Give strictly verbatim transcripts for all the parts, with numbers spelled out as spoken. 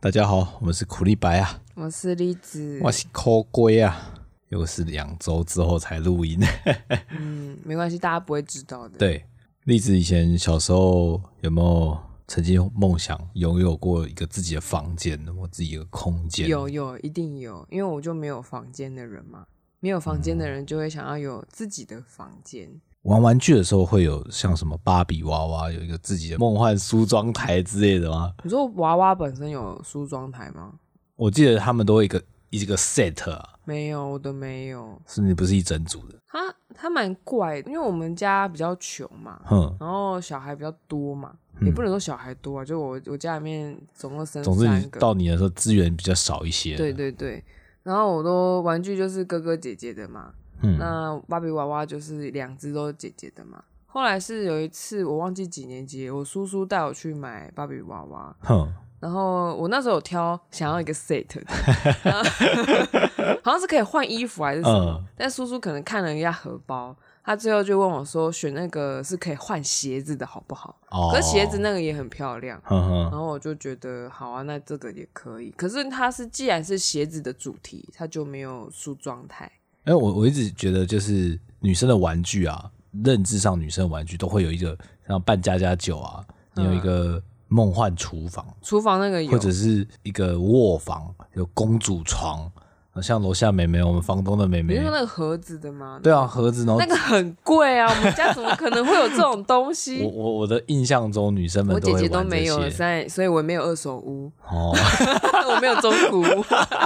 大家好，我们是苦力白啊， 我是栗子， 我是抠龟啊，又是两周之后才录音。 嗯，没关系，大家不会知道的。 对，栗子以前小时候有没有曾经梦想拥有过一个自己的房间，或自己一个空间？ 有有，一定有，因为我就没有房间的人嘛，没有房间的人就会想要有自己的房间。 玩玩具的时候会有像什么芭比娃娃有一个自己的梦幻梳妆台之类的吗？ 你说娃娃本身有梳妆台吗？ 我记得他们都会一个一个 set 啊。 没有，我的没有。 是你不是一整组的？ 他他蛮怪的，因为我们家比较穷嘛，然后小孩比较多嘛，也不能说小孩多啊，就我我家里面总共生三个。 总之你到你的时候资源比较少一些。 对对对，然后我都玩具就是哥哥姐姐的嘛。嗯、那芭比娃娃就是两只都是姐姐的嘛。后来是有一次我忘记几年级，我叔叔带我去买芭比娃娃，然后我那时候有挑想要一个 set 的，然后好像是可以换衣服还是什么、嗯、但叔叔可能看了一下荷包，他最后就问我说选那个是可以换鞋子的好不好、哦、可是鞋子那个也很漂亮，呵呵，然后我就觉得好啊，那这个也可以，可是它是既然是鞋子的主题，它就没有梳妆台。 因为我我一直觉得就是女生的玩具啊，认知上女生的玩具都会有一个像扮家家酒啊，你有一个梦幻厨房， 厨房那个有， 或者是一个卧房，有公主床，像楼下妹妹，我们房东的妹妹， 你是说那个盒子的吗？ 对啊，盒子，然后那个很贵啊，我们家怎么可能会有这种东西？ 我我我的印象中，女生们都会玩这些， 我姐姐都没有了，所以所以我没有二手屋， 哦， 我没有中古屋。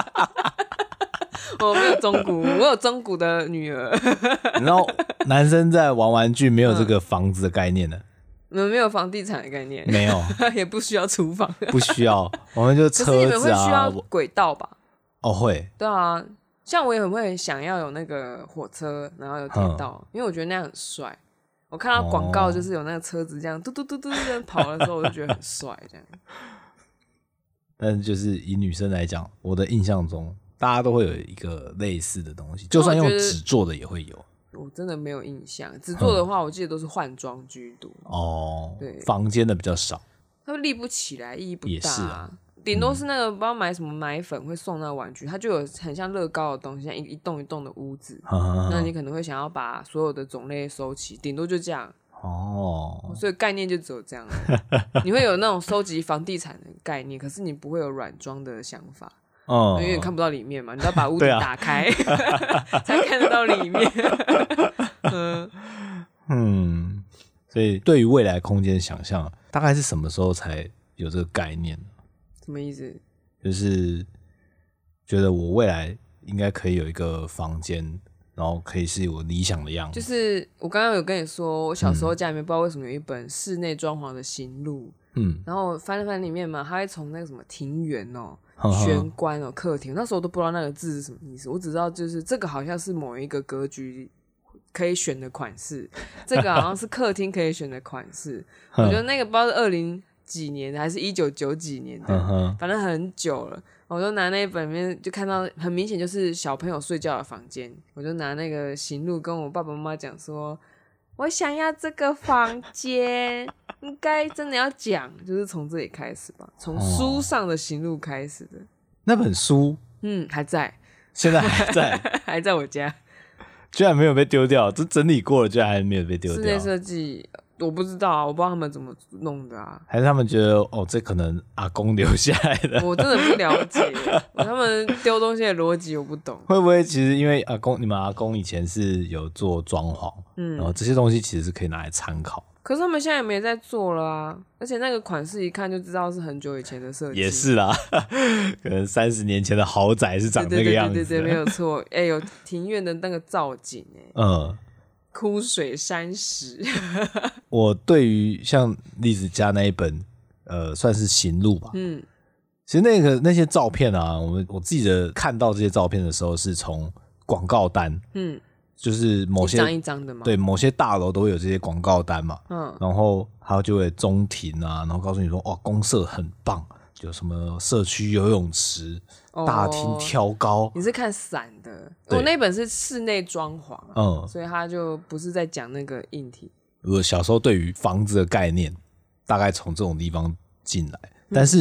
我没有中古，我有中古的女儿。 然后男生在玩玩具没有这个房子的概念呢？ 你们没有房地产的概念？ 没有， 也不需要厨房， 不需要，我们就车子啊。可是你们会需要轨道吧？ 哦，会。 对啊，像我也很会想要有那个火车，然后有铁道，因为我觉得那样很帅。我看到广告就是有那个车子这样嘟嘟嘟嘟这样跑的时候，我就觉得很帅这样。 但是就是以女生来讲，我的印象中。大家都会有一个类似的东西，就算用纸做的也会有。 我真的没有印象，纸做的话，我记得都是换装居多。 哦，对，房间的比较少， 它立不起来，意义不大、啊。 也是啊， 顶多是那个、嗯、不知道買什么奶粉会送那个玩具，它就有很像乐高的东西，像一一栋一栋的屋子。那你可能会想要把所有的种类收齐，顶多就这样。哦，所以概念就只有这样。你会有那种收集房地产的概念，可是你不会有软装的想法。嗯，因为你看不到里面嘛，你要把屋子打开、啊、才看得到里面。嗯, 嗯，所以对于未来空间想象，大概是什么时候才有这个概念？ 什么意思？ 就是觉得我未来应该可以有一个房间，然后可以是我理想的样子。就是我刚刚有跟你说，我小时候家里面不知道为什么有一本室内装潢的行路，嗯，然后翻翻里面嘛，它会从那个什么庭园哦。玄关哦，客厅，那时候我都不知道那个字是什么意思，我只知道就是这个好像是某一个格局可以选的款式，这个好像是客厅可以选的款式。我觉得那个不知道是二零几年的还是一九九几年的，反正很久了。我就拿那一本里面就看到很明显就是小朋友睡觉的房间，我就拿那个行路跟我爸爸妈妈讲说，我想要这个房间。应该真的要讲，就是从这里开始吧，从书上的行路开始的。 那本书， 嗯，还在， 现在还在， 还在我家， 居然没有被丢掉，这整理过了，居然还没有被丢掉。 室内设计，我不知道啊，我不知道他们怎么弄的啊， 还是他们觉得哦，这可能阿公留下来的， 我真的不了解，他们丢东西的逻辑我不懂。 会不会其实因为阿公，你们阿公以前是有做装潢，嗯，然后这些东西其实是可以拿来参考。 可是他们现在也没在做了啊，而且那个款式一看就知道是很久以前的设计。 也是啦，可能三十年前的豪宅是长那个样子的。 对对对对对，没有错。哎、欸，有庭院的那个造景、欸，嗯，枯水山石。 我对于像栗子家那一本，呃，算是行路吧。嗯，其实那个那些照片啊，我们我自己的看到这些照片的时候，是从广告单，嗯。就是某些一张一张的嘛， 对，某些大楼都会有这些广告单嘛，嗯，然后它就会中庭啊，然后告诉你说，哇，公社很棒，有什么社区游泳池、哦、大厅挑高。 你是看散的，我那本是室内装潢，嗯，所以它就不是在讲那个硬体。 我小时候对于房子的概念，大概从这种地方进来，嗯、但是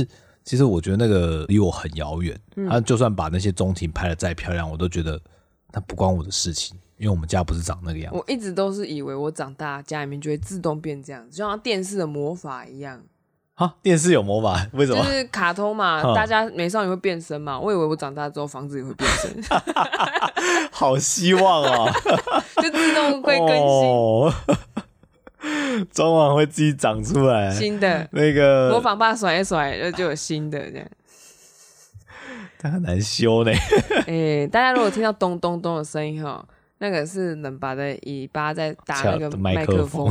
其实我觉得那个离我很遥远，他、嗯、就算把那些中庭拍得再漂亮，我都觉得那不关我的事情，因为我们家不是长那个样子。 我一直都是以为我长大家里面就会自动变这样子，就像电视的魔法一样。 啊，电视有魔法？为什么？ 就是卡通嘛，大家美少女会变身嘛，我以为我长大之后房子也会变身。 好希望哦， 就自动会更新。哦， 装潢会自己长出来新的那个模仿把甩一甩就有新的这样。 它很难修呢。 欸，大家如果听到咚咚咚的声音齁，那个是冷拔的尾巴在打那个麦克风。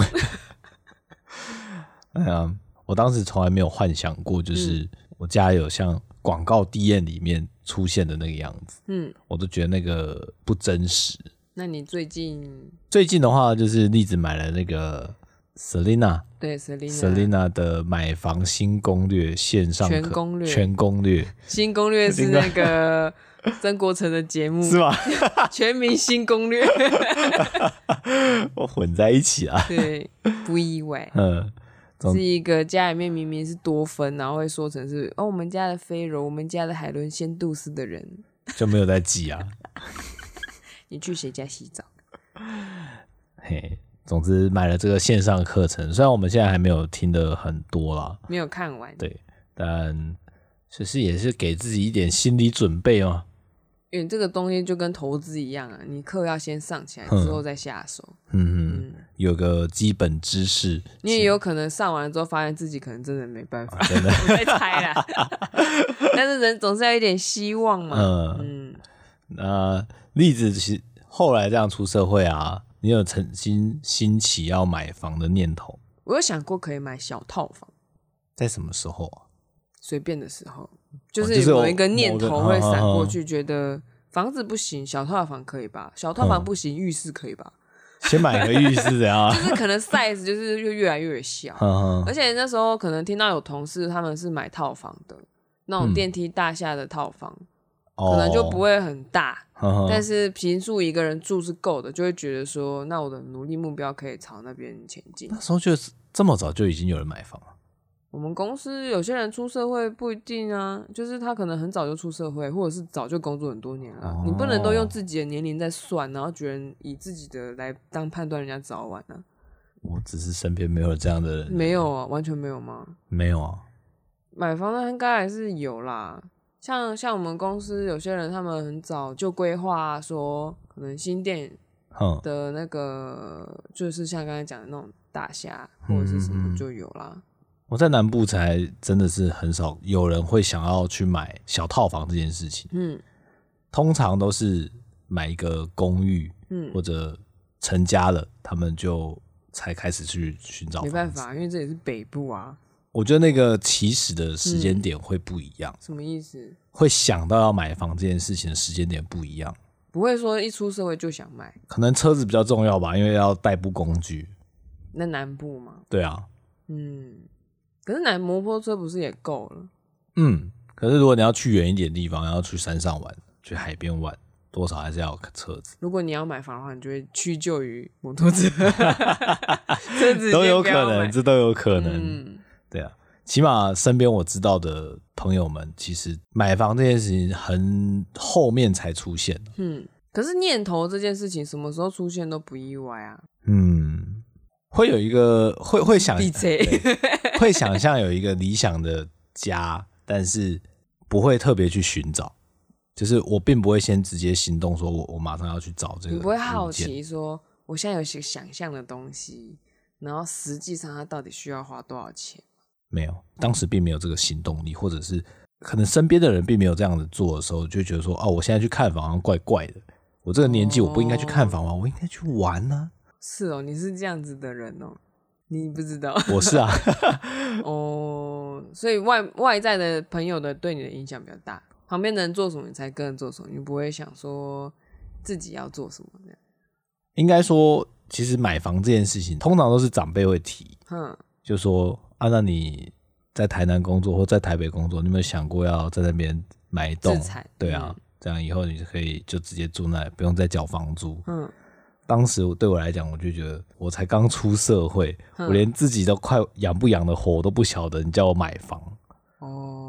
哎呀，我当时从来没有幻想过，就是我家有像广告 D N 里面出现的那个样子。嗯，我都觉得那个不真实。 那你最近最近的话，就是栗子买了那个 Selina， 对 Selina Selina 的买房新攻略线上全攻略， 全攻略， 新攻略是那个曾国城的节目是吗？ 全民新攻略， 我混在一起啊。 对，不意外。嗯。是一个家里面明明是多芬，然后会说成是哦，我们家的飞柔，我们家的海伦仙杜斯的人， 就没有在记啊。 你去谁家洗澡？ 嘿，总之买了这个线上课程，虽然我们现在还没有听得很多啦， 没有看完， 对，但其实也是给自己一点心理准备嘛。 因为这个东西就跟投资一样啊，你课要先上起来，之后再下手。 嗯嗯，有个基本知识， 你也有可能上完了之后发现自己可能真的没办法，啊、真的我在猜啦。但是人总是要一点希望嘛。嗯嗯， 那栗子其实后来这样出社会啊，你有曾经兴起要买房的念头？ 我有想过可以买小套房， 在什么时候啊？ 随便的时候。就是某一个念头会闪过去，觉得房子不行，小套房可以吧？小套房不行，浴室可以吧？ 先买个浴室啊， 就是可能 size 就是越越来越小，而且那时候可能听到有同事他们是买套房的，那种电梯大厦的套房，嗯、可能就不会很大，哦、但是坪数一个人住是够的，就会觉得说，那我的努力目标可以朝那边前进。 那时候就是这么早就已经有人买房了。 我们公司有些人出社会不一定啊，就是他可能很早就出社会，或者是早就工作很多年了。哦、你不能都用自己的年龄在算，然后觉得以自己的来当判断人家早晚啊。 我只是身边没有这样的人。 没有啊，完全没有吗？ 没有啊。 买房的应该还是有啦，像像我们公司有些人，他们很早就规划说，可能新店的那个，嗯、就是像刚才讲的那种大厦或者是什么就有啦。嗯嗯嗯我在南部才真的是很少有人会想要去买小套房这件事情，嗯，通常都是买一个公寓，嗯，或者成家了，他们就才开始去寻找房子。 没办法，因为这也是北部啊。 我觉得那个起始的时间点会不一样。 嗯、什么意思？ 会想到要买房这件事情的时间点不一样， 不会说一出社会就想买。 可能车子比较重要吧，因为要代步工具。 那南部吗？ 对啊， 嗯。可是买摩托车不是也够了？ 嗯，可是如果你要去远一点的地方，要去山上玩，去海边玩，多少还是要有车子。 如果你要买房的话，你就会屈就于摩托车，车子都有可能，这都有可能。嗯，对啊，起码身边我知道的朋友们，其实买房这件事情很后面才出现。 嗯，可是念头这件事情什么时候出现都不意外啊。 嗯。会有一个会会想会想象有一个理想的家，但是不会特别去寻找，就是我并不会先直接行动，说我我马上要去找这个。 你不会好奇说，我现在有些想象的东西，然后实际上它到底需要花多少钱？ 没有，当时并没有这个行动力，或者是可能身边的人并没有这样子做的时候，就觉得说，哦，我现在去看房好像怪怪的，我这个年纪我不应该去看房吗？我应该去玩啊。 是哦，你是这样子的人哦，你不知道？ 我是啊。 哦，所以外外在的朋友的对你的影响比较大，旁边的人做什么你才跟着做什么，你不会想说自己要做什么这样。 应该说，其实买房这件事情，通常都是长辈会提，嗯，就说啊，那你在台南工作或在台北工作，你有没有想过要在那边买一栋？ 自产， 对啊，嗯、这样以后你就可以就直接住那里，不用再缴房租，嗯。当时对我来讲，我就觉得我才刚出社会，我连自己都快养不养得活我都不晓得，你叫我买房。 哦，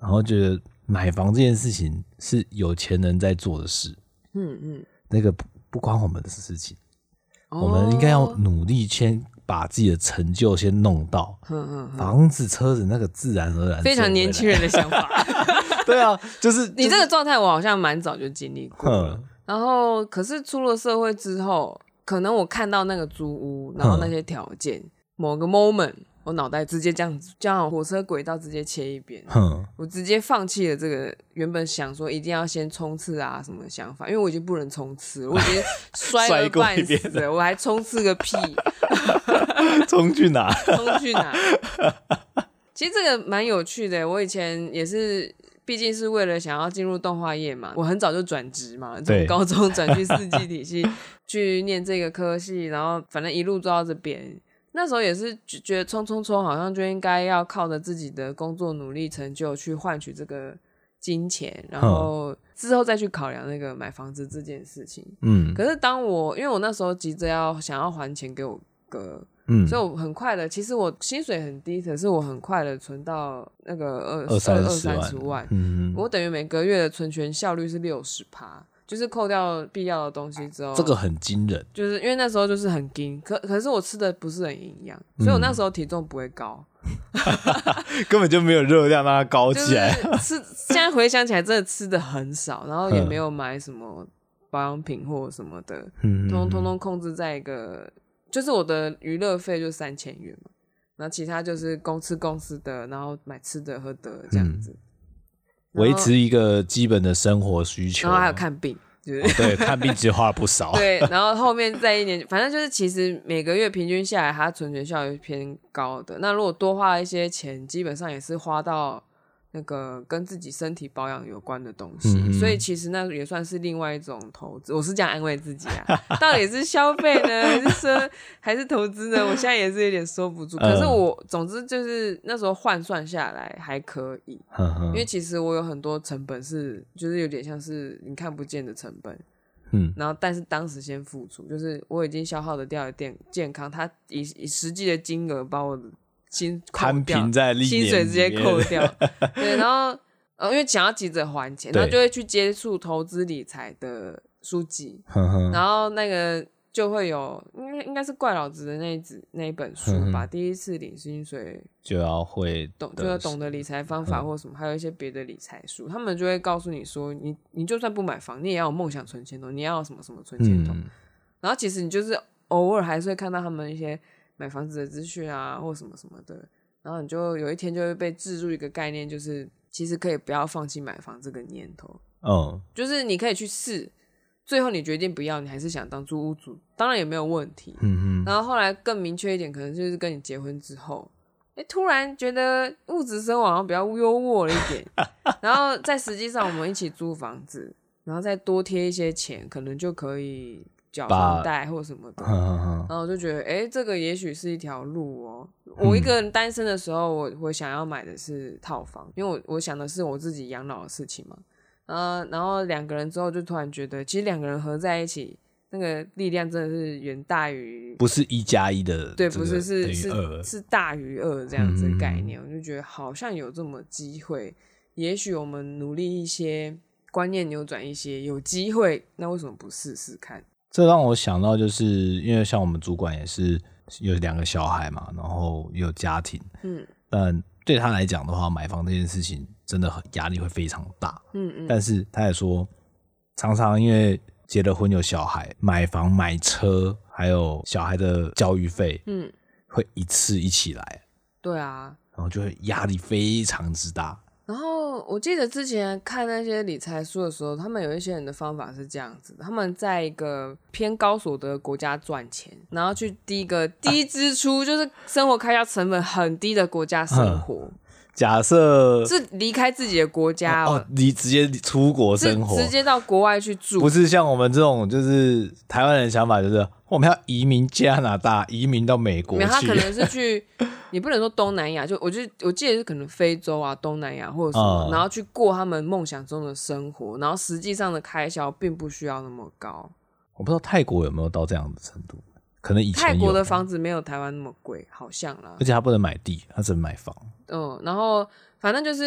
然后觉得买房这件事情是有钱人在做的事，嗯嗯，那个不不关我们的事情，哦、我们应该要努力先把自己的成就先弄到，嗯嗯，房子车子那个自然而然， 非常年轻人的想法。 对啊，就是、就是、 你这个状态，我好像蛮早就经历过了。然后，可是出了社会之后，可能我看到那个租屋，然后那些条件，某个 moment， 我脑袋直接这样子，这样火车轨道直接切一边，我直接放弃了这个原本想说一定要先冲刺啊什么的想法，因为我已经不能冲刺了，我已经摔了半死了，我还冲刺个屁！ 冲去哪？ 冲去哪？其实这个蛮有趣的，我以前也是。毕竟是为了想要进入动画业嘛，我很早就转职嘛，从高中转去四季体系去念这个科系，然后反正一路做到这边。那时候也是觉得冲冲冲，好像就应该要靠着自己的工作努力成就去换取这个金钱，然后之后再去考量那个买房子这件事情。嗯，可是当我因为我那时候急着要想要还钱给我哥。嗯，所以我很快的，其实我薪水很低，可是我很快的存到那个二二三十万，嗯，我等于每个月的存钱效率是六十趴，就是扣掉必要的东西之后， 这个很惊人， 就是因为那时候就是很紧，可可是我吃的不是很营养，所以我那时候体重不会高， 嗯、根本就没有热量让它高起来。 就是、吃现在回想起来，真的吃的很少，然后也没有买什么保养品或什么的，嗯，通通通控制在一个。就是我的娱乐费就三千元嘛，然后其他就是公吃公司的，然后买吃的喝的这样子， 维、嗯、持一个基本的生活需求， 然后还有看病，就是、 哦、对，看病其实花了不少。 对，然后后面再一年，反正就是其实每个月平均下来，它存钱效率偏高的。那如果多花一些钱，基本上也是花到那个跟自己身体保养有关的东西、嗯、所以其实那也算是另外一种投资，我是这样安慰自己啊。到底是消费呢还是说还是投资呢，我现在也是有点说不住、嗯、可是我总之就是那时候换算下来还可以、嗯、因为其实我有很多成本是就是有点像是你看不见的成本，嗯，然后但是当时先付出，就是我已经消耗的掉了健健康，它以以实际的金额把我的薪摊平在历年薪水直接扣掉，对，然后呃，因为想要急着还钱，然后就会去接触投资理财的书籍，然后那个就会有，应该应该是怪老子的那一支那一本书吧，第一次领薪水就要会懂，就要懂得理财方法或什么，还有一些别的理财书，他们就会告诉你说，你你就算不买房，你也要有梦想存钱筒，你要有什么什么存钱筒、嗯，然后其实你就是偶尔还是会看到他们一些。买房子的资讯啊或什么什么的，然后你就有一天就会被置入一个概念，就是其实可以不要放弃买房这个念头，嗯，就是你可以去试，最后你决定不要，你还是想当租屋主，当然也没有问题，嗯嗯。然后后来更明确一点，可能就是跟你结婚之后，哎，突然觉得物质生活好像比较优渥了一点，然后在实际上我们一起租房子，然后再多贴一些钱，可能就可以。缴房贷或什么的，然后我就觉得，哎、欸，这个也许是一条路哦。我一个人单身的时候，我我想要买的是套房，因为我我想的是我自己养老的事情嘛。呃，然后两个人之后，就突然觉得，其实两个人合在一起，那个力量真的是远大于， 不是一加一的， 对，不是是是是大于二这样子的概念、嗯。我就觉得好像有这么机会，也许我们努力一些，观念扭转一些，有机会，那为什么不试试看？ 这让我想到，就是因为像我们主管也是有两个小孩嘛，然后也有家庭，嗯，但对他来讲的话，买房这件事情真的很压力会非常大，嗯嗯，但是他也说，常常因为结了婚有小孩，买房买车还有小孩的教育费，嗯，会一次一起来， 对啊， 然后就会压力非常之大。 然后我记得之前看那些理财书的时候，他们有一些人的方法是这样子的，他们在一个偏高所得国家赚钱，然后去第一个低支出、啊、就是生活开销成本很低的国家生活、嗯、 假设是离开自己的国家哦， 你、哦、直接出国生活， 直接到国外去住， 不是像我们这种就是台湾人的想法，就是我们要移民加拿大，移民到美国去， 他可能是去你不能说东南亚，就我就我记得是可能非洲啊、东南亚或者什么、嗯，然后去过他们梦想中的生活，然后实际上的开销并不需要那么高。 我不知道泰国有没有到这样的程度，可能以前有。 泰国的房子没有台湾那么贵，好像啦。 而且他不能买地，他只能买房。 嗯，然后反正就是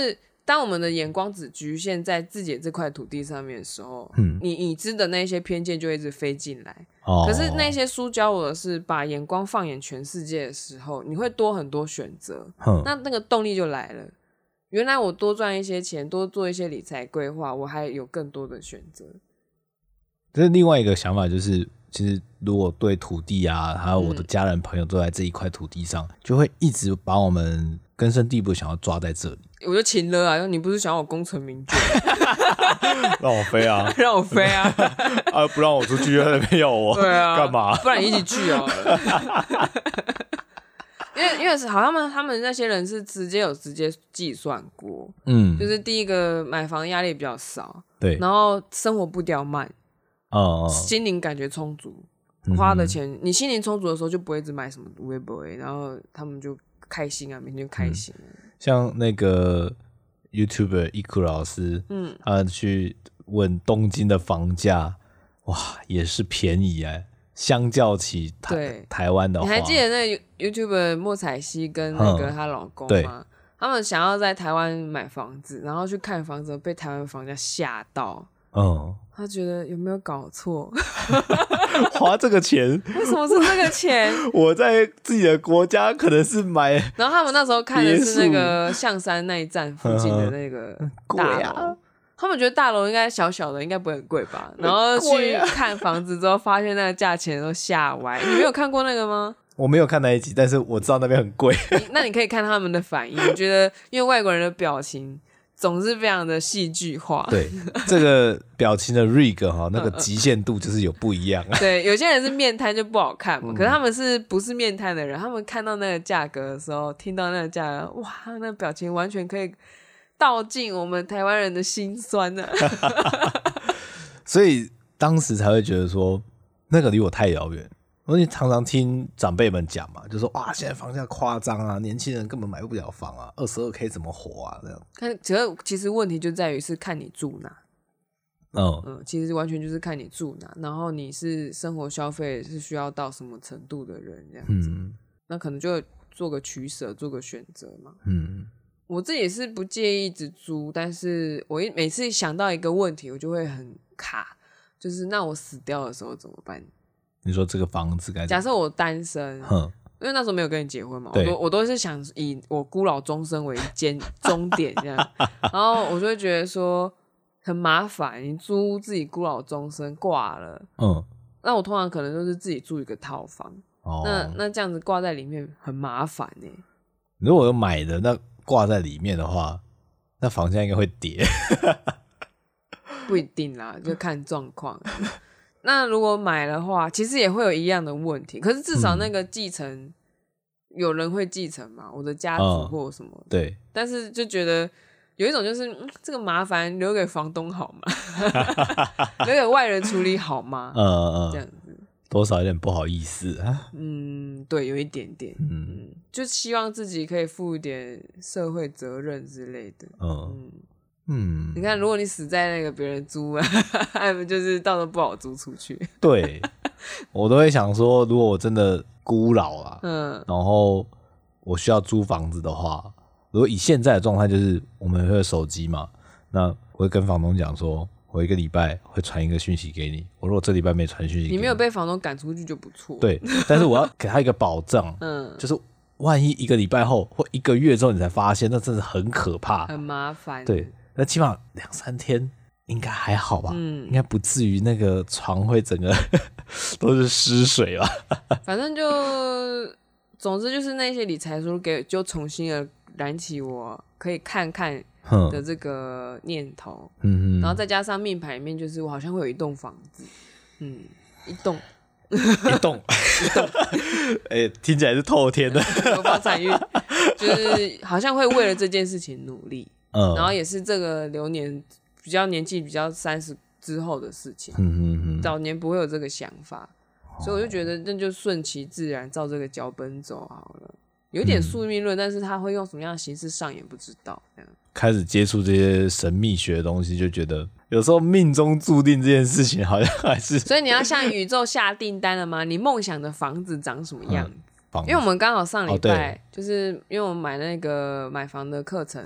当我们的眼光只局限在自己的这块土地上面的时候，嗯，你已知的那些偏见就一直飞进来。哦，可是那些书教我的是把眼光放眼全世界的时候，你会多很多选择，那那个动力就来了。原来我多赚一些钱，多做一些理财规划，我还有更多的选择。 这是另外一个想法，就是其实如果对土地啊，还有我的家人朋友都在这一块土地上，嗯，就会一直把我们根深蒂固想要抓在这里。 我就请了啊，你不是想要我功成名就？ 让我飞啊！ 让我飞啊！ 啊，不让我出去，在那边要我，对啊，干嘛？ 不然你一起去哦。因为因为是好像他们他们那些人是直接有直接计算过，嗯，就是第一个买房压力比较少，对，然后生活步调慢，哦，心灵感觉充足，花的钱，嗯，你心灵充足的时候就不会一直买什么微博，然后他们就开心啊，每天就开心，嗯。 像那个 YouTuber 一库老师，嗯，他去问东京的房价，哇，也是便宜哎。相较起台台湾的话， 你还记得那 YouTuber 莫彩希跟那个她老公吗？他们想要在台湾买房子，然后去看房子，被台湾房价吓到。嗯，他觉得有没有搞错？ 花这个钱？ 为什么是这个钱？ 我在自己的国家可能是买， 然后他们那时候看的是那个象山那一站附近的那个大楼。他们觉得大楼应该小小的，应该不会很贵吧？然后去看房子之后，发现那个价钱都吓歪。你没有看过那个吗？ 我没有看那一集，但是我知道那边很贵。 那你可以看他们的反应，我觉得因为外国人的表情总是非常的戏剧化。 对，这个表情的 rig 哈，那个极限度就是有不一样。 对，有些人是面瘫就不好看嘛，嗯，可是他们是不是面瘫的人？他们看到那个价格的时候，听到那个价格，哇，那个表情完全可以道尽我们台湾人的辛酸啊。 所以当时才会觉得说那个离我太遥远。我也常常听长辈们讲嘛，就说哇，现在房价夸张啊，年轻人根本买不了房啊， 二十二 K 怎么活啊这样。 看，其实问题就在于是看你住哪。嗯嗯，其实完全就是看你住哪，然后你是生活消费是需要到什么程度的人这样子，嗯，那可能就做个取舍，做个选择嘛。嗯，我自己是不介意一直租，但是我一每次想到一个问题，我就会很卡，就是那我死掉的时候怎么办？ 你说这个房子该假设我单身，因为那时候没有跟你结婚嘛，我都我都是想以我孤老终生为间终点这样，然后我就会觉得说很麻烦，你租自己孤老终生挂了，嗯，那我通常可能就是自己住一个套房，哦，那那这样子挂在里面很麻烦欸。 如果有买的那挂在里面的话，那房价应该会跌。 不一定啦，就看状况。那如果买的话，其实也会有一样的问题，可是至少那个继承，嗯，有人会继承嘛，我的家族或什么，嗯， 对。 但是就觉得有一种就是，嗯，这个麻烦留给房东好吗？留给外人处理好吗？嗯嗯，这样子多少有点不好意思啊。 嗯，对，有一点点，嗯，就希望自己可以负一点社会责任之类的，嗯。嗯嗯，你看，如果你死在那个别人租啊，就是到时候不好租出去。 对，我都会想说，如果我真的孤老了，嗯，然后我需要租房子的话，如果以现在的状态，就是我们会有手机嘛，那我会跟房东讲说，我一个礼拜会传一个讯息给你。我如果这礼拜没传讯息给你， 你没有被房东赶出去就不错。 对，但是我要给他一个保障，嗯，就是万一一个礼拜后或一个月之后你才发现，那真的很可怕， 很麻烦。 对。那起码两三天应该还好吧，嗯，应该不至于那个床会整个都是湿水吧。 反正就，总之就是那些理财书给就重新的燃起我可以看看的这个念头，嗯，然后再加上命盘里面就是我好像会有一栋房子，嗯，一栋。 一栋一栋，哎、欸，听起来是透天的， 有房产运，就是好像会为了这件事情努力。嗯，然后也是这个流年比较年纪比较三十之后的事情，嗯嗯嗯，早年不会有这个想法，哦，所以我就觉得那就顺其自然，照这个脚本走好了。有点宿命论，嗯，但是他会用什么样的形式上演不知道。这样开始接触这些神秘学的东西，就觉得有时候命中注定这件事情好像还是…… 所以你要向宇宙下订单了吗？你梦想的房子长什么样子？嗯，因为我们刚好上礼拜，哦，就是因为我们买那个买房的课程，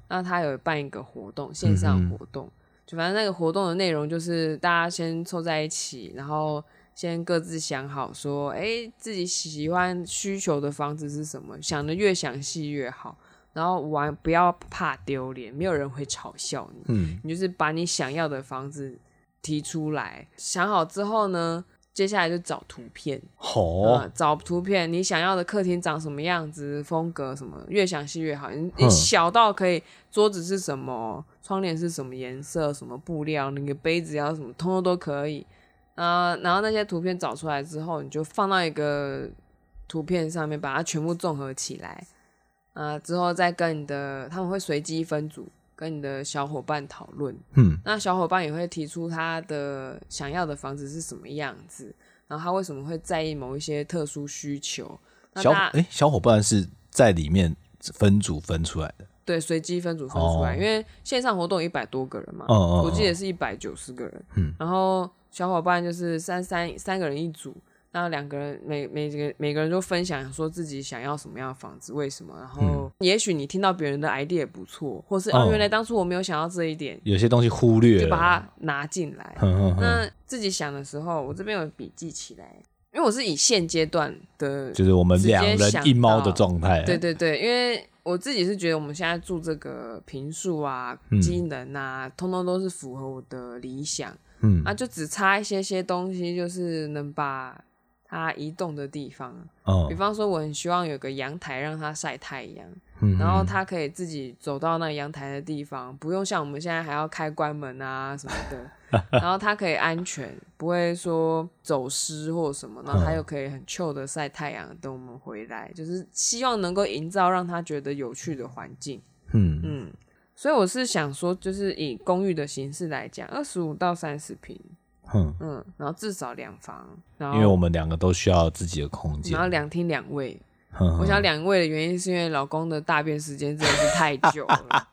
那他有办一个活动，线上活动，嗯、就反正那个活动的内容就是大家先凑在一起，然后先各自想好说，哎、欸，自己喜欢需求的房子是什么，想的越详细越好。然后玩不要怕丢脸，没有人会嘲笑你。嗯，你就是把你想要的房子提出来，想好之后呢，接下来就找图片。哦、呃，找图片，你想要的客厅长什么样子，风格什么，越详细越好。你, 你小到可以桌子是什么，窗帘是什么颜色，什么布料，那个杯子要什么，通通都可以。呃，然后那些图片找出来之后，你就放到一个图片上面，把它全部综合起来。啊，之后再跟你的，他们会随机分组，跟你的小伙伴讨论。嗯，那小伙伴也会提出他的想要的房子是什么样子，然后他为什么会在意某一些特殊需求。那小哎，小伙伴是在里面分组分出来的。 对，随机分组分出来，哦、因为线上活动有一百多个人嘛，哦哦哦我记得是一百九十个人。嗯，然后小伙伴就是三三三个人一组。那两个人每每个每个人都分享说自己想要什么样的房子，为什么？然后也许你听到别人的 idea 也不错，或是、嗯、哦，原来当初我没有想到这一点， 有些东西忽略了， 就把它拿进来。呵呵呵那自己想的时候，我这边有笔记起来，因为我是以现阶段的， 就是我们两人一猫的状态。 对对对，因为我自己是觉得我们现在住这个坪数啊、机能啊，嗯、通通都是符合我的理想。嗯，啊，就只差一些些东西，就是能把它移动的地方，哦、比方说我很希望有个阳台让它晒太阳，嗯、然后它可以自己走到那阳台的地方，不用像我们现在还要开关门啊什么的，然后它可以安全，不会说走失或什么，然后它又可以很 chill 的晒太阳等我们回来，就是希望能够营造让它觉得有趣的环境。嗯嗯，所以我是想说，就是以公寓的形式来讲，二十五到三十坪。嗯, 嗯，然后至少两房，然后因为我们两个都需要自己的空间， 然后两厅两卫。我想两卫的原因是因为老公的大便时间真的是太久了，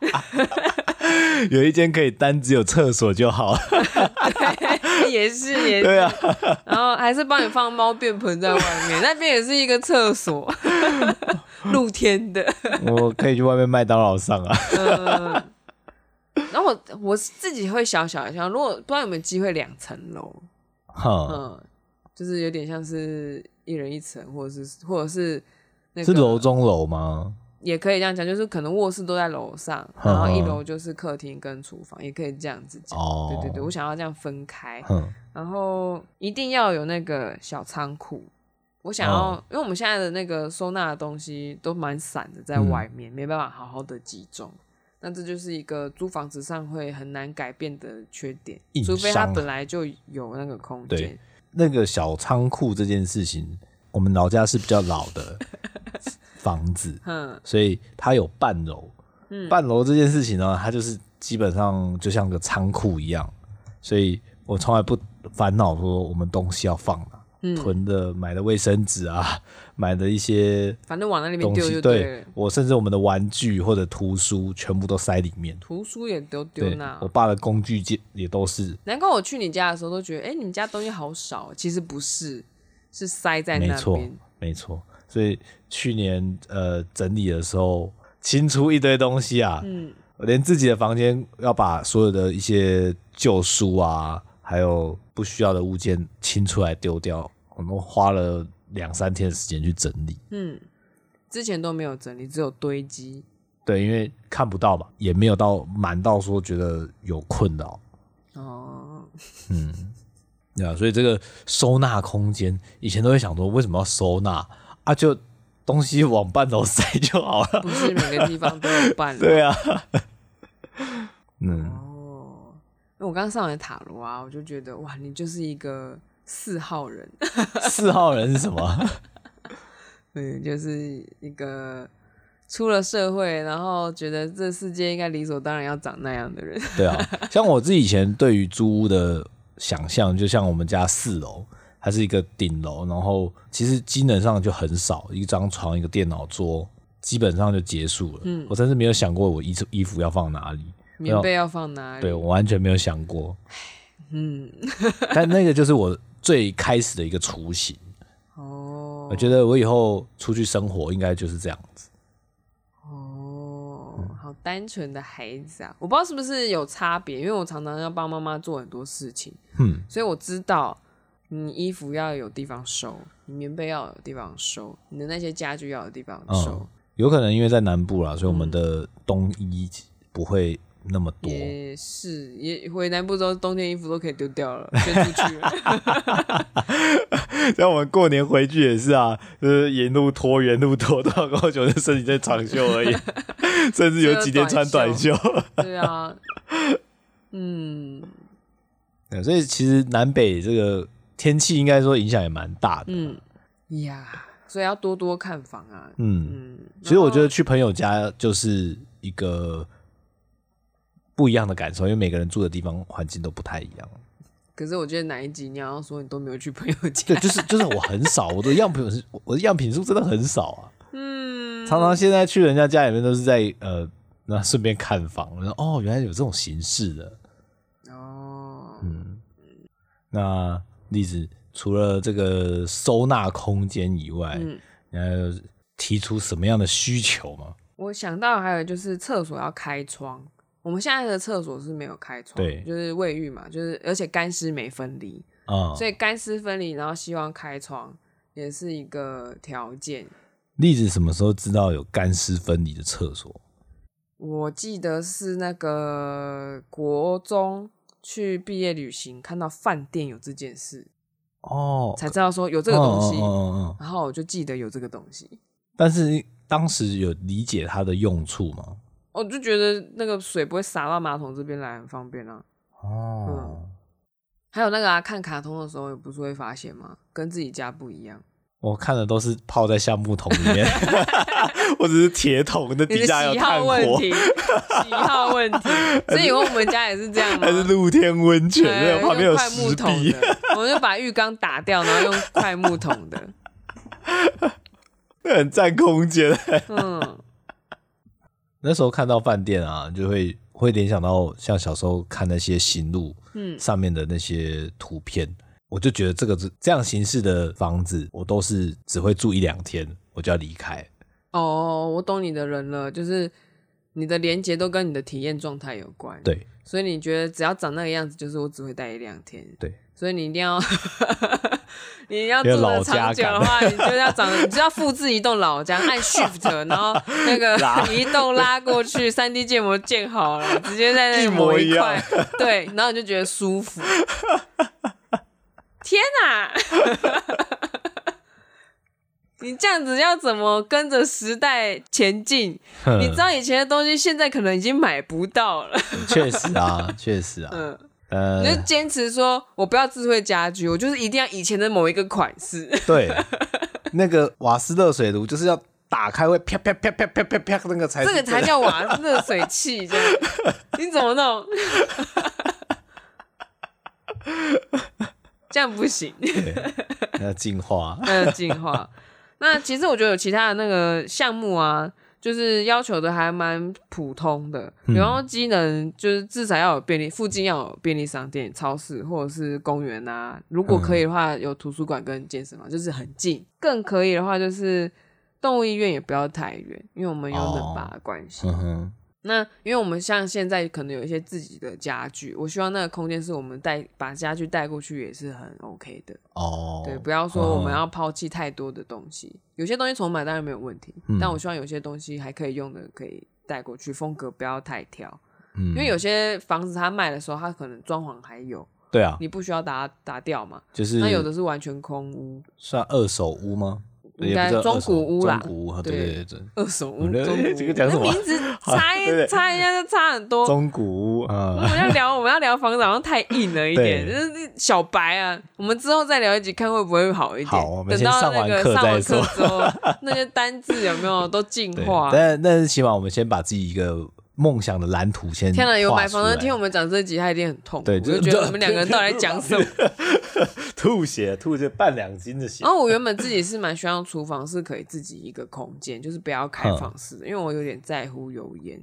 有一间可以单只有厕所就好。 也是也是， 对啊， 然后还是帮你放猫便盆在外面，那边也是一个厕所，露天的。 我可以去外面麦当劳上啊。 嗯然后我我自己会小小一想，如果不知道有没有机会两层楼，嗯，就是有点像是一人一层，或者是或者是那个是楼中楼吗？ 也可以这样讲，就是可能卧室都在楼上，然后一楼就是客厅跟厨房，也可以这样子讲。哦，对对对，我想要这样分开，然后一定要有那个小仓库。我想要，嗯、因为我们现在的那个收纳的东西都蛮散的，在外面、嗯、没办法好好的集中。那这就是一个租房子上会很难改变的缺点，除非它本来就有那个空间。 对，那个小仓库这件事情，我们老家是比较老的房子，所以它有半楼。嗯、半楼这件事情呢，它就是基本上就像个仓库一样，所以我从来不烦恼说我们东西要放哪。嗯、囤的买的卫生纸啊，买的一些反正往那里面丢就对了。 对， 我甚至我们的玩具或者图书全部都塞里面， 图书也都丢那。 我爸的工具也都是。 难怪我去你家的时候都觉得，哎、欸，你们家东西好少，其实不是，是塞在那边。 没错，没错。所以去年呃整理的时候，清出一堆东西啊，嗯，我连自己的房间要把所有的一些旧书啊。还有不需要的物件清出来丢掉，我们花了两三天的时间去整理。嗯， 之前都没有整理，只有堆积。 对，因为看不到嘛，也没有到满到说觉得有困扰。哦，嗯，对啊，所以这个收纳空间，以前都会想说为什么要收纳啊？就东西往半楼塞就好了。 不是每个地方都有半楼。 对啊。嗯。 我刚上完塔罗啊，我就觉得哇，你就是一个四号人。 四号人是什么？ 对，就是一个出了社会，然后觉得这世界应该理所当然要长那样的人。 对啊，像我自己以前对于租屋的想象，就像我们家四楼，它是一个顶楼，然后其实机能上就很少，一张床、一个电脑桌，基本上就结束了。嗯，我甚至没有想过我衣衣服要放哪里。 棉被要放哪里？ 对，我完全没有想过。嗯，但那个就是我最开始的一个雏形。哦，我觉得我以后出去生活应该就是这样子。 哦，嗯、好单纯的孩子啊，我不知道是不是有差别，因为我常常要帮妈妈做很多事情，嗯，所以我知道你衣服要有地方收，你棉被要有地方收，你的那些家具要有地方收。嗯， 有可能因为在南部啦，所以我们的冬衣不会那么多。 也是，也回南部之后，冬天衣服都可以丢掉了，捐出去了。 像我们过年回去也是啊，就是沿路拖，沿路拖到高雄的身体在长袖而已，甚至有几天穿短袖。 对啊，嗯， 对，所以其实南北这个天气应该说影响也蛮大的。 嗯呀，所以要多多看房啊。 嗯嗯，其实我觉得去朋友家就是一个不一样的感受，因为每个人住的地方环境都不太一样。 可是我觉得哪一集你要说你都没有去朋友家？ 对，就是就是我很少，我的样品是，我的样品数真的很少啊。嗯，常常现在去人家家里面都是在呃，那顺便看房，哦，原来有这种形式的。哦，嗯，那例子除了这个收纳空间以外，嗯，你还有提出什么样的需求吗？ 我想到还有就是厕所要开窗。我们现在的厕所是没有开窗，对，就是卫浴嘛，就是而且干湿没分离，嗯，所以干湿分离，然后希望开窗也是一个条件。 例子什么时候知道有干湿分离的厕所？ 我记得是那个国中去毕业旅行，看到饭店有这件事，哦，才知道说有这个东西，嗯嗯嗯嗯，然后我就记得有这个东西。 但是当时有理解它的用处吗？ 我就觉得那个水不会洒到马桶这边来，很方便啊。哦，嗯，还有那个啊，看卡通的时候也不是会发现吗？跟自己家不一样。 我看的都是泡在橡木桶里面，或者是铁桶的底下有炭火。 喜好问题，所以以后我们家也是这样吗？ 还是露天温泉，旁边有块木桶的，我们就把浴缸打掉，然后用块木桶的， 那很占空间。嗯。那时候看到饭店啊，就会会联想到像小时候看那些行路上面的那些图片，嗯，我就觉得这个这样形式的房子，我都是只会住一两天，我就要离开。 哦，我懂你的人了，就是你的连结都跟你的体验状态有关。 对， 所以你觉得只要长那个样子，就是我只会待一两天。 对， 所以你一定要你要住的长久的话，你就要长，你就要复制一栋老家，按 Shift， 然后那个移动拉过去，三 D 建模建好了，直接在那里抹一块，对，然后你就觉得舒服。天哪！你这样子要怎么跟着时代前进？你知道以前的东西现在可能已经买不到了。 确实啊，确实啊。嗯， 呃，你就坚持说我不要智慧家居，我就是一定要以前的某一个款式。 对，那个瓦斯热水炉就是要打开会啪啪啪啪啪啪啪那个才， 这个才叫瓦斯热水器。这样你怎么弄？这样不行。 要进化， 要进化。那其实我觉得有其他的那个项目啊，就是要求的还蛮普通的，比方说机能就是至少要有便利，附近要有便利商店、超市或者是公园啊，如果可以的话有图书馆跟健身房，就是很近。更可以的话就是动物医院也不要太远，因为我们有冷拔的关系。哦，嗯，那因为我们像现在可能有一些自己的家具，我希望那个空间是我们带把家具带过去也是很 OK 的。哦，对，不要说我们要抛弃太多的东西，有些东西重买当然没有问题，嗯，但我希望有些东西还可以用的可以带过去，风格不要太挑。嗯，因为有些房子它卖的时候它可能装潢还有， 对啊， 你不需要打打掉嘛， 就是那有的是完全空屋， 算二手屋吗？ 应该中古屋啦， 中古屋，对对对， 二手屋，中古屋， 这个讲什么？ 名字差一差一下就差很多。 中古屋啊， 我们要聊我们要聊房子好像太硬了一点，就是小白啊。我们之后再聊一集，看会不会好一点。 好，我们先上完课再说。 之后那些单字有没有都进化？ 但但是起码我们先把自己一个梦想的蓝图先。 天哪，有买房的听我们讲这集，他一定很痛。对，就觉得我们两个人到底在讲什么？ 吐血，吐血半两斤的血。 然后我原本自己是蛮希望厨房是可以自己一个空间，就是不要开放式的，嗯，因为我有点在乎油烟。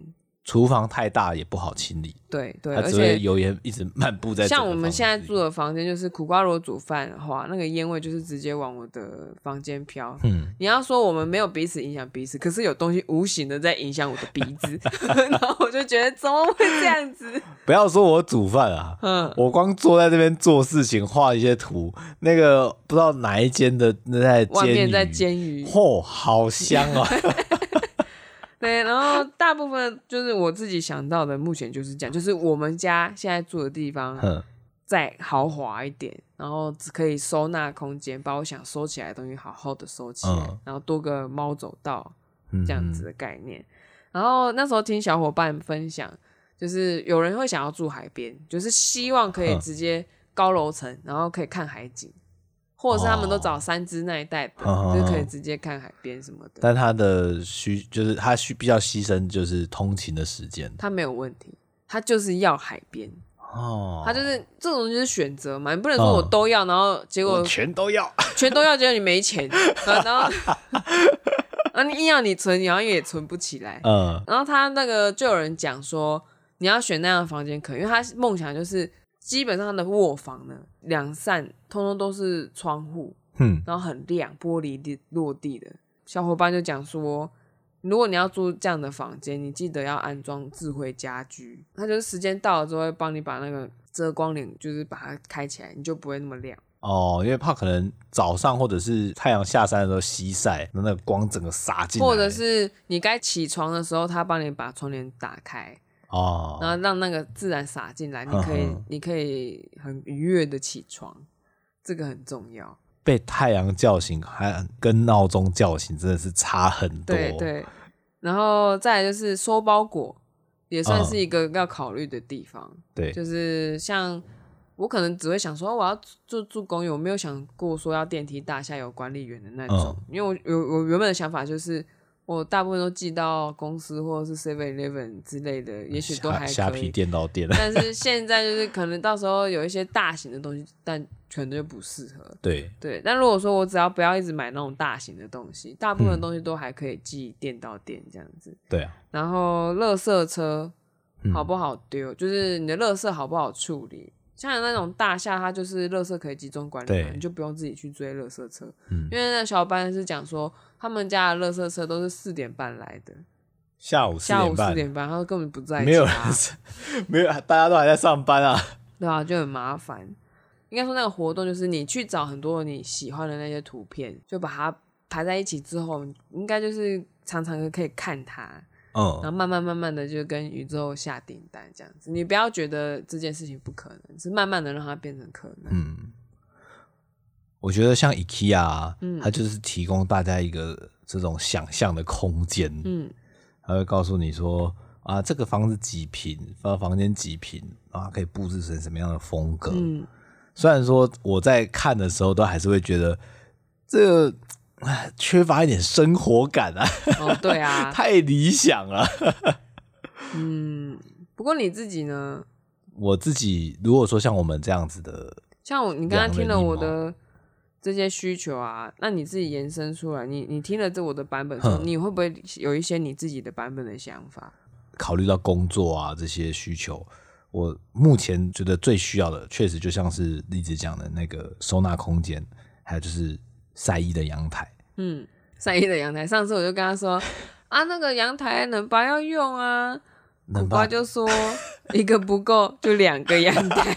厨房太大也不好清理， 对对， 它只会油烟一直漫步在整个房子里。 像我们现在住的房间，就是苦瓜如果煮饭的话，那个烟味就是直接往我的房间飘。嗯，你要说我们没有彼此影响彼此，可是有东西无形的在影响我的鼻子，然后我就觉得怎么会这样子？ 不要说我煮饭啊，嗯，我光坐在这边做事情，画一些图，那个不知道哪一间的那在煎鱼， 外面在煎鱼， 嚯、哦，好香啊！ 对，然后大部分就是我自己想到的，目前就是这样，就是我们家现在住的地方再豪华一点，然后只可以收纳空间，把我想收起来的东西好好的收起来，嗯、然后多个猫走道这样子的概念。嗯、然后那时候听小伙伴分享，就是有人会想要住海边，就是希望可以直接高楼层，然后可以看海景。或者是他们都找三芝那一带的，哦、就是可以直接看海边什么的。 但他的需就是他需比较牺牲就是通勤的时间。 他没有问题，他就是要海边。哦，他就是这种就是选择嘛，你不能说我都要，然后结果全都要， 全都要，结果你没钱，然后啊你硬要你存，然后也存不起来。嗯，然后他那个就有人讲说，你要选那样的房间可以，因为他梦想就是。基本上的卧房呢，两扇通通都是窗户，嗯，然后很亮，玻璃地落地的。小伙伴就讲说，如果你要住这样的房间，你记得要安装智慧家居，它就是时间到了之后会帮你把那个遮光帘就是把它开起来，你就不会那么亮。 哦，因为怕可能早上或者是太阳下山的时候西晒，那个光整个洒进来， 或者是你该起床的时候，他帮你把窗帘打开。哦，然后让那个自然洒进来，你可以，你可以很愉悦的起床，这个很重要。 被太阳叫醒，还跟闹钟叫醒，真的是差很多。 对对，然后再来就是收包裹，也算是一个要考虑的地方。对、嗯，就是像我可能只会想说，我要住住公寓，我没有想过说要电梯大厦有管理员的那种，嗯、因为我有我原本的想法就是。我大部分都寄到公司或者是 seven eleven 之类的，也许都还可以。 虾皮店到店， 但是现在就是可能到时候有一些大型的东西，但可能就不适合。对对，但如果说我只要不要一直买那种大型的东西，大部分的东西都还可以寄店到店这样子。对啊。然后垃圾车好不好丢，嗯、就是你的垃圾好不好处理。像那种大厦，它就是垃圾可以集中管理嘛，你就不用自己去追垃圾车。嗯、因为那小伙伴是讲说，他们家的垃圾车都是四点半来的， 下午四点半， 下午四点半，他根本不在家， 没有人，没有，大家都还在上班啊。 对啊，就很麻烦。应该说那个活动就是你去找很多你喜欢的那些图片，就把它排在一起之后，应该就是常常可以看它。嗯，然后慢慢慢慢的就跟宇宙下订单这样子，你不要觉得这件事情不可能，是慢慢的让它变成可能。嗯， 我觉得像 IKEA 啊，嗯、它就是提供大家一个这种想象的空间。嗯，它会告诉你说啊，这个房子几坪，房间几坪，然后可以布置成什么样的风格。嗯，虽然说我在看的时候都还是会觉得这个。缺乏一点生活感啊！ 哦，对啊， 太理想了。 嗯，不过你自己呢？ 我自己如果说像我们这样子的， 像我，你刚刚听了我的这些需求啊，那你自己延伸出来，你你听了这我的版本说，你会不会有一些你自己的版本的想法？ 考虑到工作啊这些需求，我目前觉得最需要的，确实就像是栗子讲的那个收纳空间，还有就是。晒衣的阳台， 嗯，晒衣的阳台。上次我就跟他说啊，那个阳台冷拔要用啊，苦瓜就说一个不够，就两个阳台，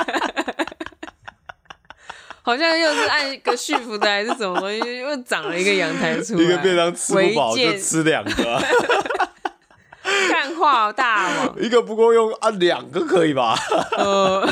好像又是按一个续福的还是什么东西，又长了一个阳台出来， 一个便当吃不饱就吃两个， 看话大王， 一个不够用啊，两个可以吧？呃。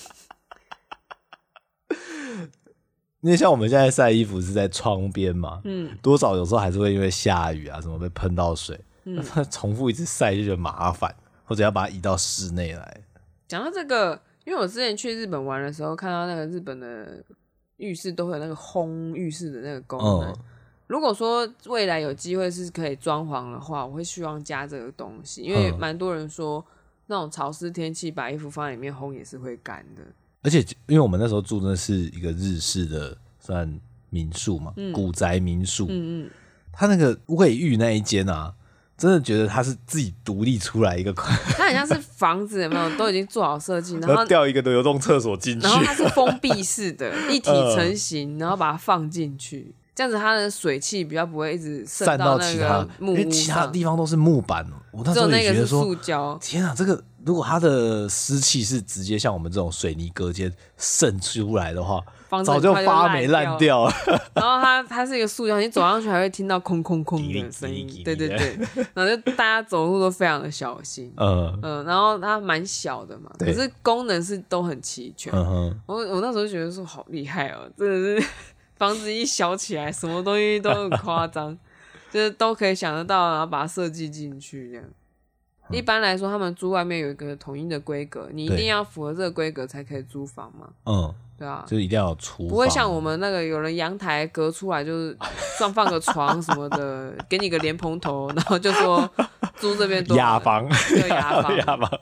因为像我们现在晒衣服是在窗边嘛，嗯，多少有时候还是会因为下雨啊什么被喷到水，嗯，重复一直晒就觉得麻烦，或者要把它移到室内来。 讲到这个，因为我之前去日本玩的时候，看到那个日本的浴室都会有那个烘浴室的那个功能。嗯、如果说未来有机会是可以装潢的话，我会希望加这个东西，因为蛮多人说那种潮湿天气把衣服放在里面烘也是会干的。 而且因为我们那时候住的是一个日式的算民宿嘛，嗯、古宅民宿，嗯嗯，它那个卫浴那一间啊， 真的觉得它是自己独立出来一个款， 它很像是房子有没有都已经做好设计，然后掉一个流动厕所进去， 然后它是封闭式的，一体成型，然后把它放进去，这样子它的水汽比较不会一直渗到那个木屋上，因为其他地方都是木板，我那时候也觉得说， 塑胶， 天啊，这个如果它的湿气是直接像我们这种水泥隔间渗出来的话，早就发霉烂掉了。 然后它它是一个塑胶，你走上去还会听到空空空的声音，对对对，然后就大家走路都非常的小心，嗯嗯，然后它蛮小的嘛，可是功能是都很齐全。嗯、我我那时候就觉得说好厉害哦，真的是房子一小起来，什么东西都很夸张，就是都可以想得到，然后把它设计进去这样。一般来说，他们租外面有一个统一的规格，你一定要符合这个规格才可以租房嘛。嗯，对啊， 就一定要有厨房， 不会像我们那个有人阳台隔出来就是放放个床什么的，给你个莲蓬头，然后就说租这边多雅房， 对雅房， 雅房。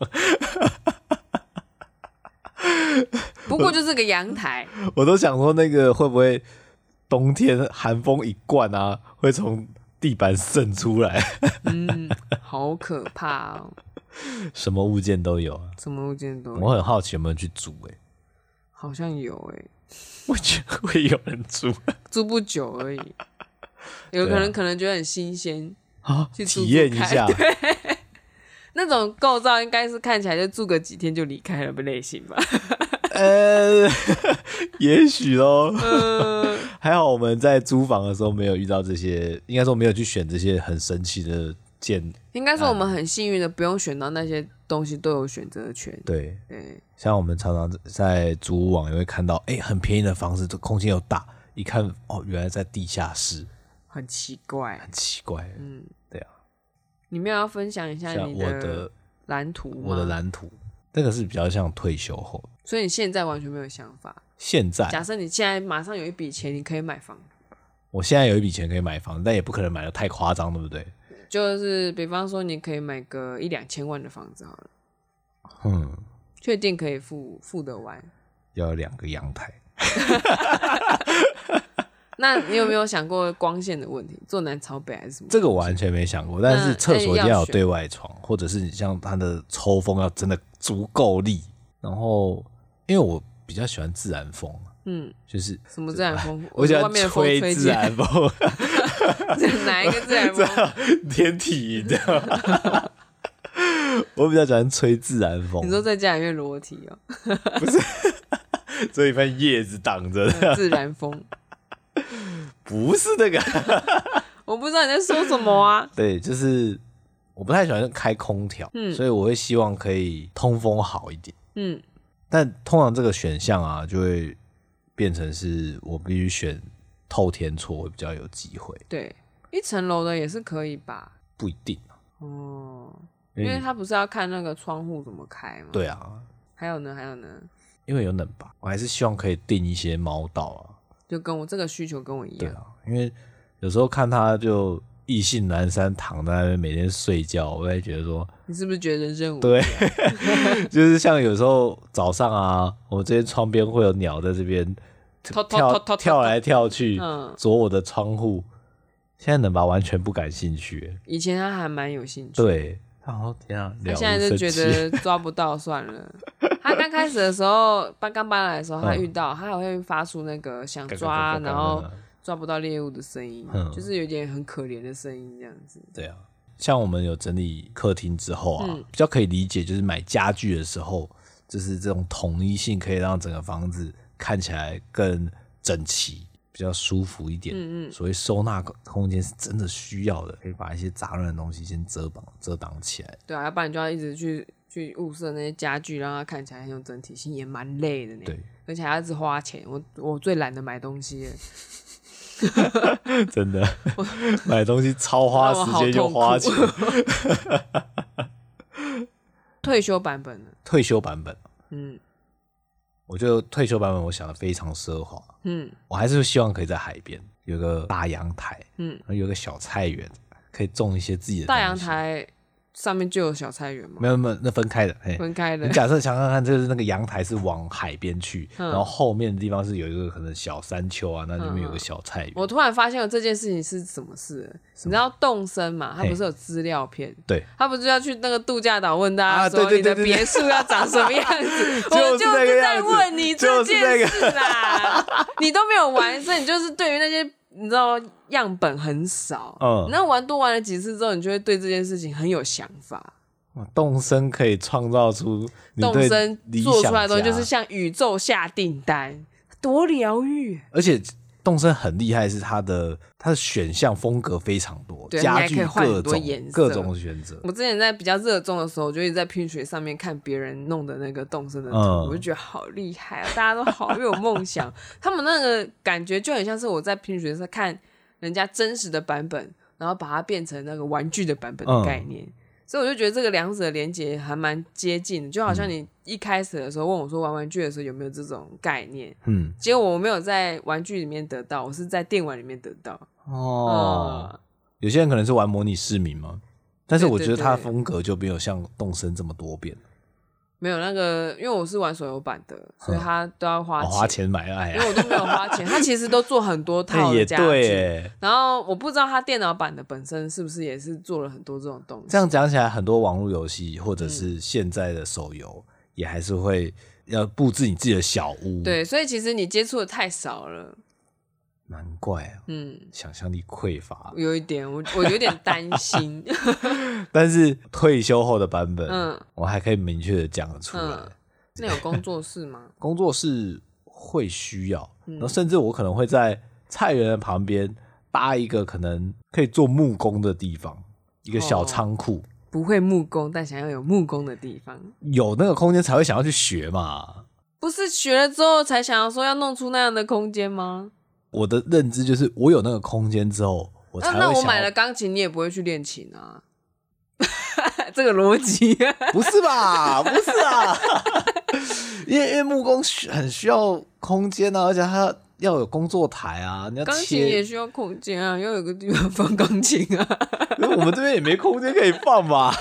不过就是个阳台， 我都想说那个会不会冬天寒风一灌啊，会从地板渗出来。 嗯，好可怕哦！ 什么物件都有啊， 什么物件都有。 我很好奇有没有去租哎、欸， 好像有哎、欸， 我觉得会有人租， 租不久而已，有可能、啊、可能觉得很新鲜啊， 去体验一下。 对，那种构造应该是看起来就住个几天就离开了的类型吧。 呃，也许咯。呃、还好我们在租房的时候没有遇到这些，应该说没有去选这些很神奇的件。 应该说我们很幸运的，不用选到那些东西都有选择权。 对对，像我们常常在租屋网也会看到，哎、欸，很便宜的房子，空间又大，一看哦，原来在地下室， 很奇怪， 很奇怪。嗯，对啊。 你们要分享一下你的蓝图吗？ 我的蓝图。那个是比较像退休后， 所以你现在完全没有想法。 现在， 假设你现在马上有一笔钱，你可以买房。 我现在有一笔钱可以买房，但也不可能买的太夸张，对不对？ 就是比方说，你可以买个一两千万的房子好了。嗯，确定可以付付得完？ 要有两个阳台。 那你有没有想过光线的问题？坐南朝北还是什么？ 这个我完全没想过，但是厕所一定要有对外窗，或者是你像它的抽风要真的足够力。然后，因为我比较喜欢自然风，嗯，就是什么自然风？ 我喜欢吹自然风。 哪一个自然风？ 天体，你知道吗？我比较喜欢吹自然风。 你说在家里面裸体哦？ 不是，这一片叶子挡着的自然风。 不是那个， 我不知道你在说什么啊。 对，就是我不太喜欢开空调，嗯，所以我会希望可以通风好一点，嗯，但通常这个选项啊，就会变成是我必须选透天厝会比较有机会。 对，一层楼的也是可以吧？ 不一定哦，因为他不是要看那个窗户怎么开吗？ 对啊。 还有呢？还有呢？ 因为有冷吧，我还是希望可以订一些猫道啊。 就跟我这个需求跟我一样， 对啊，因为有时候看他就意兴阑珊躺在那边每天睡觉，我会觉得说， 你是不是觉得人生无聊？ 对，就是像有时候早上啊，我这边窗边会有鸟在这边跳跳跳来跳去，嗯，啄我的窗户。现在能吧，完全不感兴趣。 以前他还蛮有兴趣， 对，哦天啊， 他现在就觉得抓不到算了。他刚开始的时候，搬刚搬来的时候，他遇到、嗯、他还会发出那个想抓然后抓不到猎物的声音、嗯，就是有点很可怜的声音这样子。 对啊，像我们有整理客厅之后啊、嗯，比较可以理解，就是买家具的时候，就是这种统一性可以让整个房子看起来更整齐，比较舒服一点。嗯嗯，所以收纳空间是真的需要的，可以把一些杂乱的东西先遮挡遮挡起来。 对啊，要不然你就要一直去。去物色那些家具，让它看起来很有整体性，也蛮累的呢。 对， 而且还要一直花钱。我我最懒得买东西了， 真的，买东西超花时间又花钱。 退休版本呢？ 退休版本，嗯，我觉得退休版本我想的非常奢华。嗯，我还是希望可以在海边有个大阳台，嗯，有个小菜园，可以种一些自己的东西。 大阳台。 上面就有小菜园吗？ 没有没有，那分开的， 分开的。 你假设想看看，就是那个阳台是往海边去，嗯、然后后面的地方是有一个可能小山丘啊，那里面有个小菜园。 我突然发现了这件事情是什么事了？你知道动森嘛？他不是有资料片？ 对， 他不是要去那个度假岛问大家说你的别墅要长什么样子？我就是在问你这件事啦，你都没有玩，所以你就是对于那些。你知道样本很少，嗯，那玩多玩了几次之后，你就会对这件事情很有想法。 动森可以创造出动森做出来的东西，就是向宇宙下订单，多疗愈。 而且动森很厉害，是它的它的选项风格非常多，家具各种各种选择。 我之前在比较热衷的时候，我就一直在Pinterest上面看别人弄的那个动森的图，嗯、我就觉得好厉害啊！大家都好有梦想，他们那个感觉就很像是我在Pinterest上看人家真实的版本，然后把它变成那个玩具的版本的概念。嗯，所以我就觉得这个两者的连结还蛮接近的，就好像你一开始的时候问我说玩玩具的时候有没有这种概念，嗯，结果我没有在玩具里面得到，我是在电玩里面得到。 哦，嗯、有些人可能是玩模拟市民嘛，但是我觉得他的风格就没有像动森这么多变。 没有那个，因为我是玩手游版的，所以他都要花钱， 哦、花钱买哎呀， 因为我都没有花钱。他其实都做很多套的家具， 对， 然后我不知道他电脑版的本身是不是也是做了很多这种东西。 这样讲起来，很多网络游戏或者是现在的手游，嗯、也还是会要布置你自己的小屋。 对，所以其实你接触的太少了。 难怪啊，嗯，想象力匮乏， 有一点，我我有点担心。 但是退休后的版本，嗯，我还可以明确的讲得出来。嗯、 那有工作室吗？ 工作室会需要，嗯、然后甚至我可能会在菜园的旁边搭一个可能可以做木工的地方，一个小仓库。哦、 不会木工，但想要有木工的地方， 有那个空间才会想要去学嘛。 不是学了之后才想要说要弄出那样的空间吗？ 我的认知就是，我有那个空间之后，我才会想要。 那我买了钢琴，你也不会去练琴啊？这个逻辑不是吧？不是啊，因为因为木工很需要空间啊，而且它要有工作台啊，你要切。 钢琴也需要空间啊，要有个地方放钢琴啊。 我们这边也没空间可以放嘛。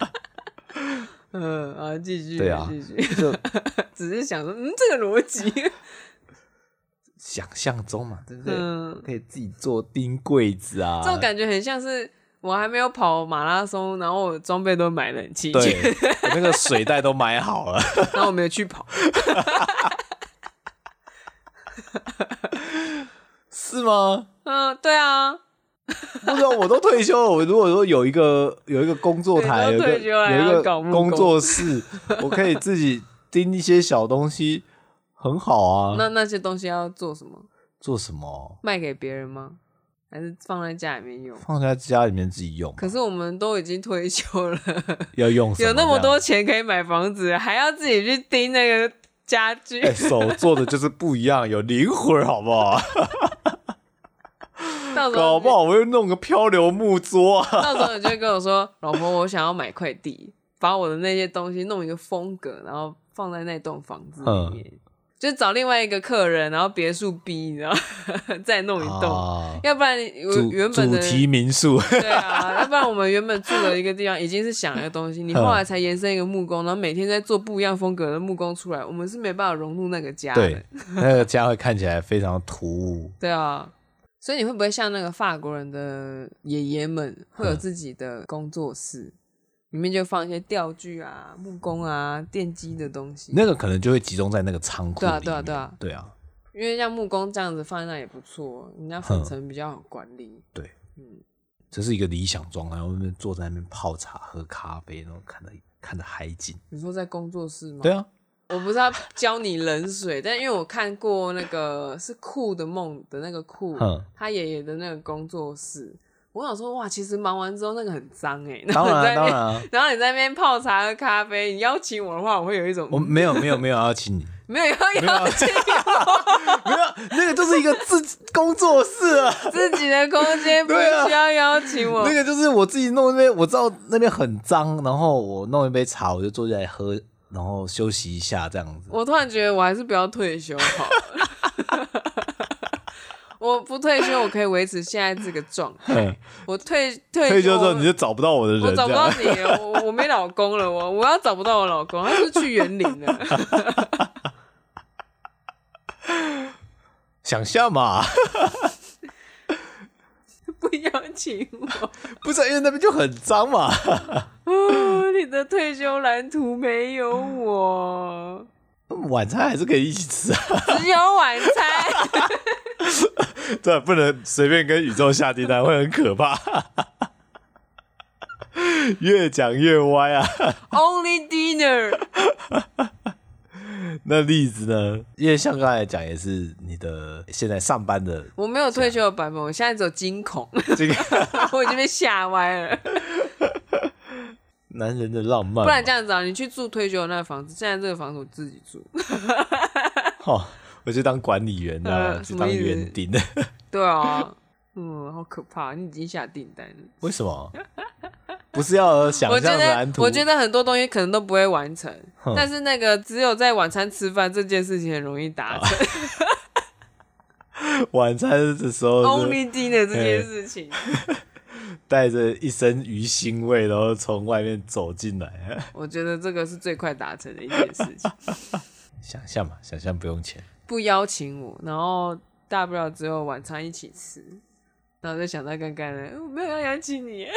嗯啊，继续， 对啊， 继续，就只是想说，嗯，这个逻辑。 想象中嘛，对不对？嗯，可以自己做钉柜子啊， 这种感觉很像是我还没有跑马拉松，然后我装备都买得很齐全， 对，我那个水袋都买好了， 然后我没有去跑， 是吗？ 嗯，对啊， 不知道，我都退休了。我如果说有一个有一个工作台，有一个有一个工作室，我可以自己钉一些小东西。很好啊， 那那些东西要做什么？ 做什么？ 卖给别人吗？还是放在家里面用？ 放在家里面自己用。 可是我们都已经退休了， 要用什么？ 有那么多钱可以买房子，还要自己去钉那个家具。 欸、手做的就是不一样，有灵魂，好不好？ 到时候搞不好我会弄个漂流木桌啊。 到时候你就会跟我说，老婆，我想要买块地，把我的那些东西弄一个风格，然后放在那栋房子里面。嗯，就找另外一个客人，然后别墅 B， 然后再弄一栋，啊、要不然原本的主题民宿， 对啊，要不然我们原本住的一个地方已经是想一个东西，你后来才延伸一个木工，然后每天在做不一样风格的木工出来，我们是没办法融入那个家的， 对，那个家会看起来非常突兀。 对啊，所以你会不会像那个法国人的爷爷们，会有自己的工作室？里面就放一些钓具啊、木工啊、电机的东西， 那个可能就会集中在那个仓库里面。 对啊，对啊，对啊， 对啊。 因为像木工这样子放在那也不错，人家粉尘比较好管理。 对，嗯，这是一个理想状态，然后坐在那边泡茶、喝咖啡，然后看着看着海景。 你说在工作室吗？ 对啊， 我不是要浇你冷水，但因为我看过那个是酷的梦的那个酷，他爷爷的那个工作室。我想说，哇，其实忙完之后那个很脏哎、欸， 当然当然， 然后你在那边泡茶喝咖啡，你邀请我的话，我会有一种我没有没有没有邀请你， 没有要邀请我， 没有，那个就是一个自己工作室啊， 自己的空间不需要邀请我、 啊，那个就是我自己弄那边，我知道那边很脏，然后我弄一杯茶，我就坐下来喝，然后休息一下这样子。 我突然觉得我还是不要退休好了。我我不退休，我可以维持现在这个状态。我退退退休之后，你就找不到我的人， 我找不到你了，我我没老公了，我我要找不到我老公，他是去园林了。 想象嘛。 不邀请我， 不是因为那边就很脏嘛。 哦，你的退休蓝图没有我。 晚餐还是可以一起吃啊。 只有晚餐。 对，不能随便跟宇宙下订单，会很可怕。越讲越歪啊。 Only dinner。 那例子呢？因为像刚才讲，也是你的现在上班的。 我没有退休的版本，我现在只有惊恐。这个我已经被吓歪了。 男人的浪漫。 不然这样子啊，你去住退休的那个房子，现在这个房子我自己住。 哦，我去当管理员啊，呃、去当园丁。 对啊，嗯，好可怕！你已经下订单了。 为什么？不是要想象的蓝图。 我觉得很多东西可能都不会完成，但是那个只有在晚餐吃饭这件事情很容易达成。 晚餐的时候 ，Only dinner 这件事情， 带着一身鱼腥味，然后从外面走进来。 我觉得这个是最快达成的一件事情。 想象嘛，想象不用钱， 不邀请我，然后大不了只有晚餐一起吃，然后就想到刚刚的，我没有要邀请你。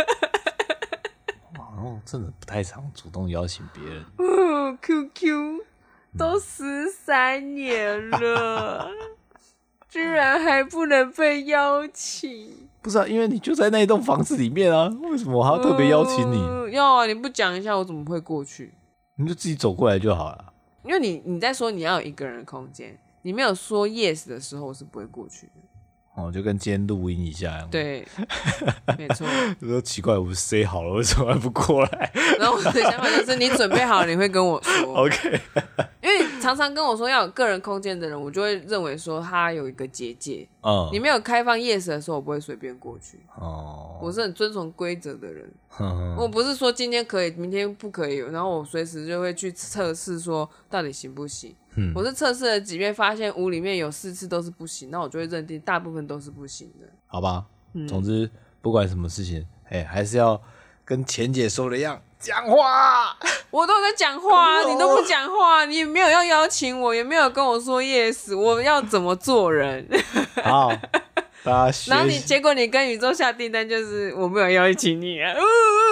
哦，真的不太常主动邀请别人。 哦 ，Q Q 都十三年了，居然还不能被邀请。 不是啊，因为你就在那一栋房子里面啊，为什么我还要特别邀请你？ 呃、要啊，你不讲一下，我怎么会过去？ 你就自己走过来就好了。 因为你你在说你要有一个人的空间，你没有说 yes 的时候，我是不会过去的。 哦，就跟今天录音一下。 对，没错。 我说奇怪，我 say 好了，为什么还不过来？ 然后我的想法就是，你准备好了，你会跟我说。 OK。 因为常常跟我说要有个人空间的人，我就会认为说他有一个结界。嗯。你没有开放 yes 的时候，我不会随便过去。哦。我是很遵从规则的人。嗯。我不是说今天可以，明天不可以，然后我随时就会去测试说到底行不行。嗯，我是测试了几遍，发现屋里面有四次都是不行，那我就会认定大部分都是不行的。 好吧，嗯、总之不管什么事情，哎，还是要跟钱姐说的一样，讲话。 我都在讲话，你都不讲话，你也没有要邀请我，也没有跟我说 yes， 我要怎么做人？ 好，大家学。 然后你结果你跟宇宙下订单，就是我没有邀请你啊。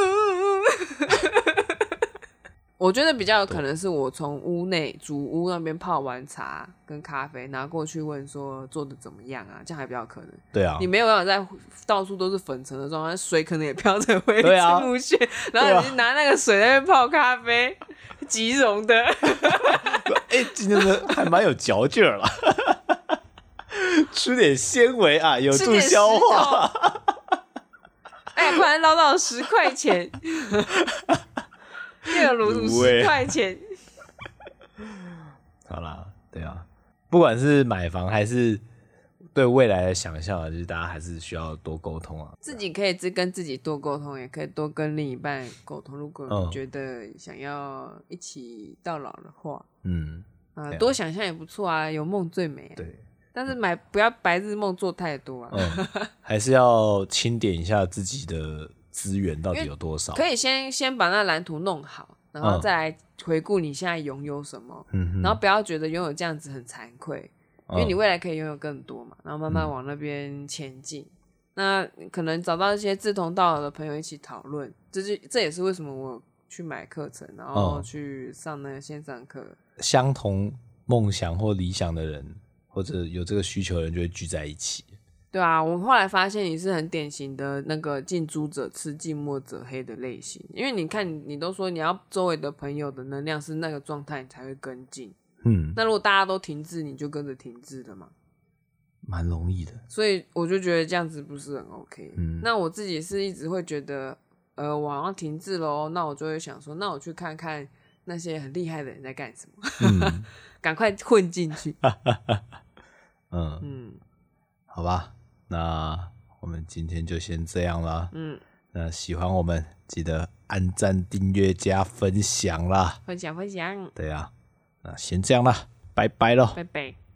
我觉得比较有可能是我从屋内主屋那边泡完茶跟咖啡拿过去问说做的怎么样啊，这样还比较可能。 对啊， 你没有办法在到处都是粉尘的状态，水可能也飘着灰尘路线，啊、然后你拿那个水在那边泡咖啡，即溶的。 哎、欸，今天的还蛮有嚼劲儿了，吃点纤维啊，有助消化。 哎呀，不然捞到十块钱。热卤十块钱。 好啦，对啊，不管是买房还是对未来的想象啊，就是大家还是需要多沟通啊。 自己可以只跟自己多沟通，也可以多跟另一半沟通。如果你觉得想要一起到老的话，嗯，啊，多想象也不错啊，有梦最美啊。 对， 但是买不要白日梦做太多啊。 嗯，还是要清点一下自己的资源到底有多少？ 可以先先把那蓝图弄好，然后再来回顾你现在拥有什么，嗯，然后不要觉得拥有这样子很惭愧，因为你未来可以拥有更多嘛，然后慢慢往那边前进。嗯、那可能找到一些志同道合的朋友一起讨论，这就这也是为什么我去买课程，然后去上那个线上课。 相同梦想或理想的人，或者有这个需求的人，就会聚在一起。 对啊，我后来发现你是很典型的那个近朱者赤近墨者黑的类型，因为你看你都说你要周围的朋友的能量是那个状态，你才会跟进。嗯，那如果大家都停滞，你就跟着停滞了嘛， 蛮容易的。 所以我就觉得这样子不是很 OK。嗯，那我自己是一直会觉得，呃，我好像停滞了，那我就会想说，那我去看看那些很厉害的人在干什么，嗯、赶快混进去。 嗯嗯，好吧。那我们今天就先这样啦。嗯，那喜欢我们记得按赞、订阅、加分享啦。 分享分享。 对啊，那先这样啦，拜拜咯。 拜拜。